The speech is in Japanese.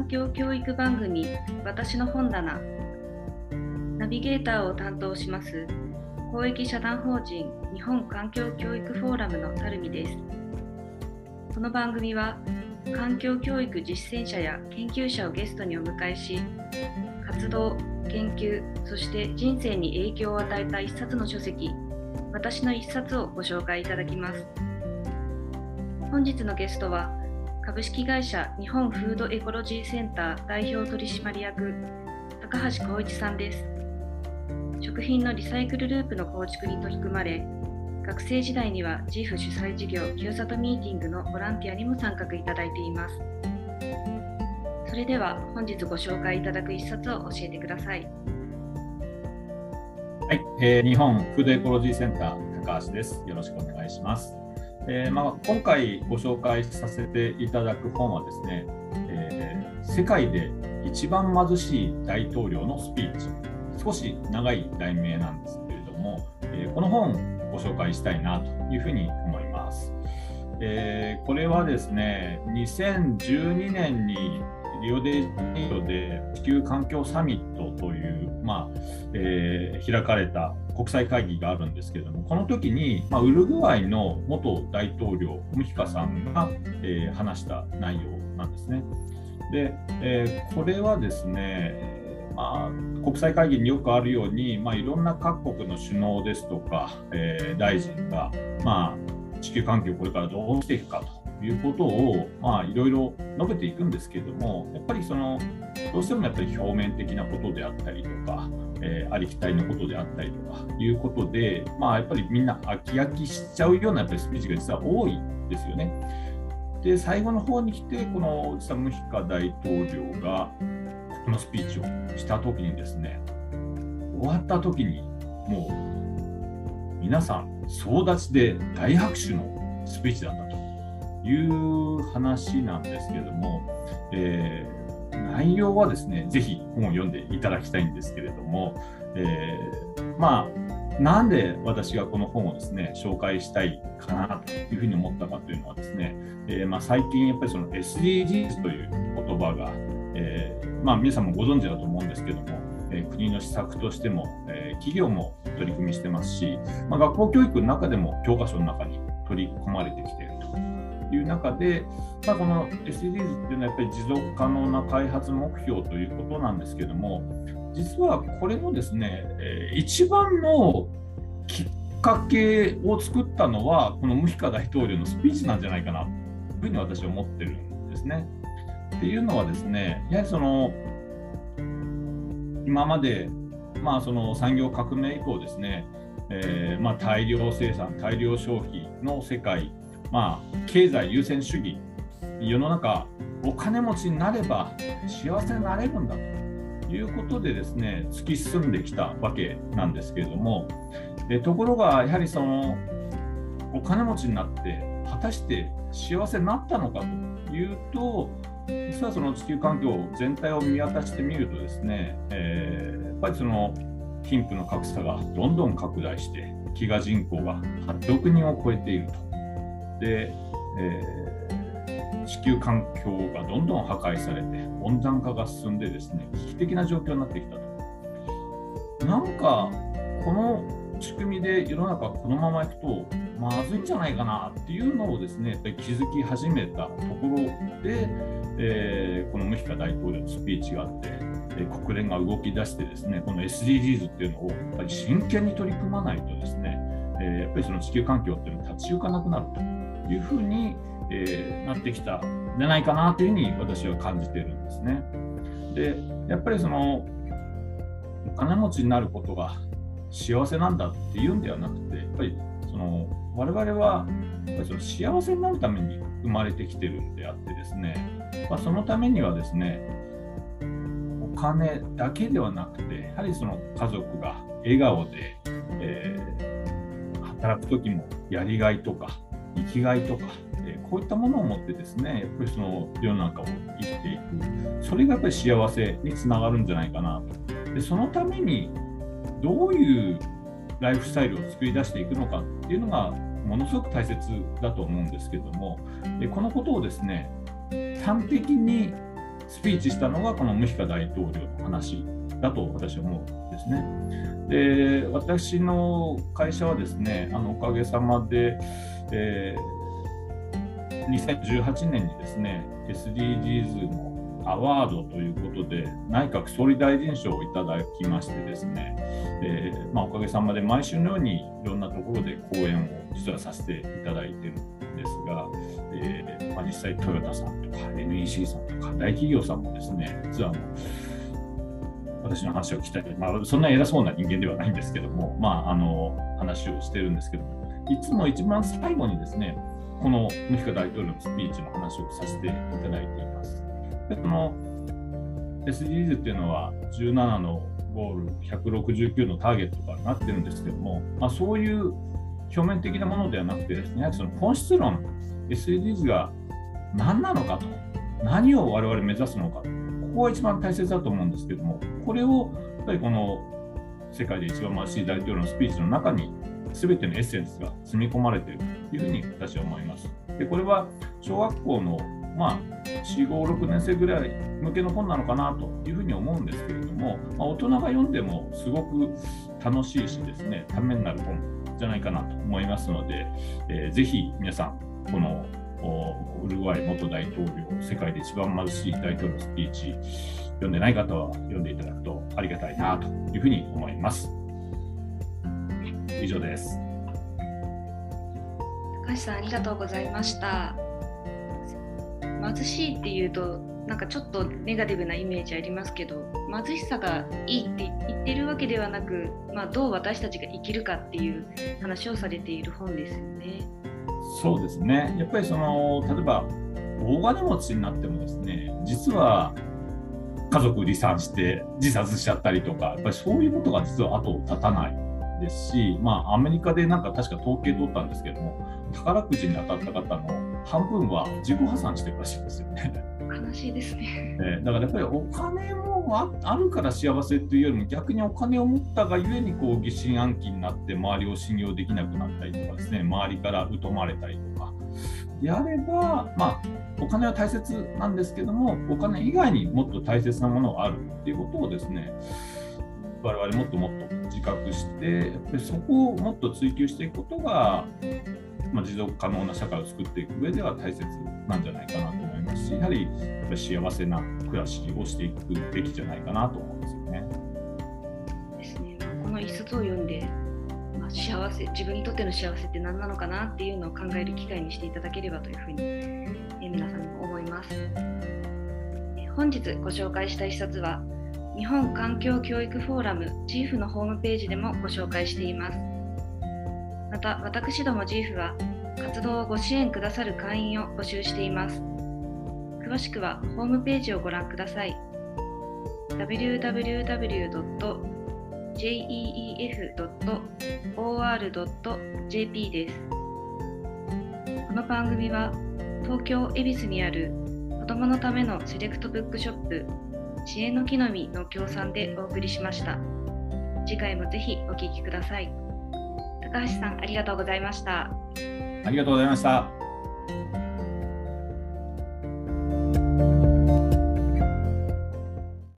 環境教育番組私の本棚。ナビゲーターを担当します公益社団法人日本環境教育フォーラムの垂水です。この番組は環境教育実践者や研究者をゲストにお迎えし、活動、研究、そして人生に影響を与えた一冊の書籍、私の一冊をご紹介いただきます。本日のゲストは株式会社日本フードエコロジーセンター代表取締役高橋光一さんです。食品のリサイクルループの構築に取り組まれ、学生時代にはジーフ主催事業清里ミーティングのボランティアにも参画いただいています。それでは本日ご紹介いただく一冊を教えてください。 はい、日本フードエコロジーセンター高橋です。よろしくお願いします。今回ご紹介させていただく本はですね、世界で一番貧しい大統領のスピーチ。少し長い題名なんですけれども、この本をご紹介したいなというふうに思います。これはですね、2012年にリオデジャネイロで地球環境サミットという、開かれた国際会議があるんですけれども、この時に、ウルグアイの元大統領ムヒカさんが、話した内容なんですね。で、これはですね、国際会議によくあるように、いろんな各国の首脳ですとか、大臣が、地球環境をこれからどうしていくかということを、いろいろ述べていくんですけれども、やっぱりどうしてもやっぱり表面的なことであったりとか、ありきたりのことであったりとかいうことで、やっぱりみんな飽き飽きしちゃうようなやっぱりスピーチが実は多いですよね。で、最後の方に来て、この実はムヒカ大統領がこのスピーチをしたときにですね、終わったときにもう皆さん総立ちで大拍手のスピーチだったという話なんですけれども、内容はですね、ぜひ本を読んでいただきたいんですけれども、なんで私がこの本をですね紹介したいかなというふうに思ったかというのはですね、最近やっぱりSDGs という言葉が、皆さんもご存知だと思うんですけども、国の施策としても、企業も取り組みしてますし、学校教育の中でも教科書の中に取り込まれてきているという中で、この SDGs っていうのはやっぱり持続可能な開発目標ということなんですけども、実はこれのですね、一番のきっかけを作ったのはこのムヒカ大統領のスピーチなんじゃないかなというふうに私は思ってるんですね。っていうのはですね、やはり今まで、産業革命以降ですね、大量生産、大量消費の世界、経済優先主義、世の中お金持ちになれば幸せになれるんだということでですね、突き進んできたわけなんですけれども、ところがやはりお金持ちになって果たして幸せになったのかというと、実は地球環境全体を見渡してみるとですね、やっぱり貧富の格差がどんどん拡大して、飢餓人口が8億人を超えていると。で、地球環境がどんどん破壊されて温暖化が進んでですね、危機的な状況になってきたと。なんかこの仕組みで世の中このままいくとまずいんじゃないかなっていうのをですね、やっぱり気づき始めたところで、このムヒカ大統領のスピーチがあって、国連が動き出してですね、この SDGs っていうのをやっぱり真剣に取り組まないとですね、やっぱり地球環境っていうのが立ち行かなくなるというふうに、なってきたんじゃないかなというふうに私は感じているんですね。で、やっぱりお金持ちになることが幸せなんだっていうんではなくて、やっぱり我々はやっぱり幸せになるために生まれてきてるんであってですね、そのためにはですね、お金だけではなくて、やはり家族が笑顔で、働く時もやりがいとか生きがいとか、こういったものを持ってですね、やっぱり世の中を生きていく、それがやっぱり幸せにつながるんじゃないかなと。で、そのためにどういうライフスタイルを作り出していくのかっていうのがものすごく大切だと思うんですけれども、このことをですね、端的にスピーチしたのがこのムヒカ大統領の話だと私は思うんですね。で、私の会社はですね、おかげさまで、2018年にですね、SDGs のアワードということで内閣総理大臣賞をいただきましてですね、おかげさまで毎週のようにいろんなところで講演を実はさせていただいているんですが、実際トヨタさんとか NEC さんとか大企業さんもですね、実は私の話を聞きたい、そんな偉そうな人間ではないんですけども、話をしてるんですけども、いつも一番最後にですね、このムヒカ大統領のスピーチの話をさせていただいています。で、この SDGs っていうのは17のゴール、169のターゲットからなってるんですけども、そういう表面的なものではなくてですね、やはりその本質論、SDGs が何なのかと、何を我々目指すのか、ここが一番大切だと思うんですけども、これをやっぱりこの世界で一番貧しい大統領のスピーチの中に全てのエッセンスが積み込まれているというふうに私は思います。で、これは小学校の4、5、6年生ぐらい向けの本なのかなというふうに思うんですけれども、大人が読んでもすごく楽しいしですね、ためになる本じゃないかなと思いますので、ぜひ皆さん、このウルグアイ元大統領、世界で一番貧しい大統領のスピーチ、読んでない方は読んでいただくとありがたいなというふうに思います。以上です。 高橋さん、ありがとうございました。貧しいっていうとなんかちょっとネガティブなイメージありますけど、貧しさがいいって言ってるわけではなく、どう私たちが生きるかっていう話をされている本ですよね。 そうですね。やっぱり例えば大金持ちになってもですね、実は家族離散して自殺しちゃったりとか、やっぱりそういうことが実は後を絶たないですし、アメリカで確か統計取ったんですけども、宝くじに当たった方の半分は自己破産してるらしいんですよね。 悲しいですね。 だからやっぱりお金もあるから幸せというよりも、逆にお金を持ったがゆえに疑心暗鬼になって周りを信用できなくなったりとかですね、周りから疎まれたりとかであれば、お金は大切なんですけども、お金以外にもっと大切なものがあるっていうことをですね、我々もっともっと自覚して、やっぱりそこをもっと追求していくことが、持続可能な社会を作っていく上では大切なんじゃないかなと思いますし、やはり幸せな暮らしをしていくべきじゃないかなと思うんですよね。 ですね。この一冊を読んで、幸せ、自分にとっての幸せって何なのかなっていうのを考える機会にしていただければというふうに、皆さんにも思います。本日ご紹介した一冊は、日本環境教育フォーラム GIF のホームページでもご紹介しています。また、私ども GIF は活動をご支援くださる会員を募集しています。詳しくはホームページをご覧ください。www.jeef.or.jp です。この番組は東京恵比寿にある子どものためのセレクトブックショップ知恵の木の実の協賛でお送りしました。次回もぜひお聞きください。高橋さん、ありがとうございました。 ありがとうございました。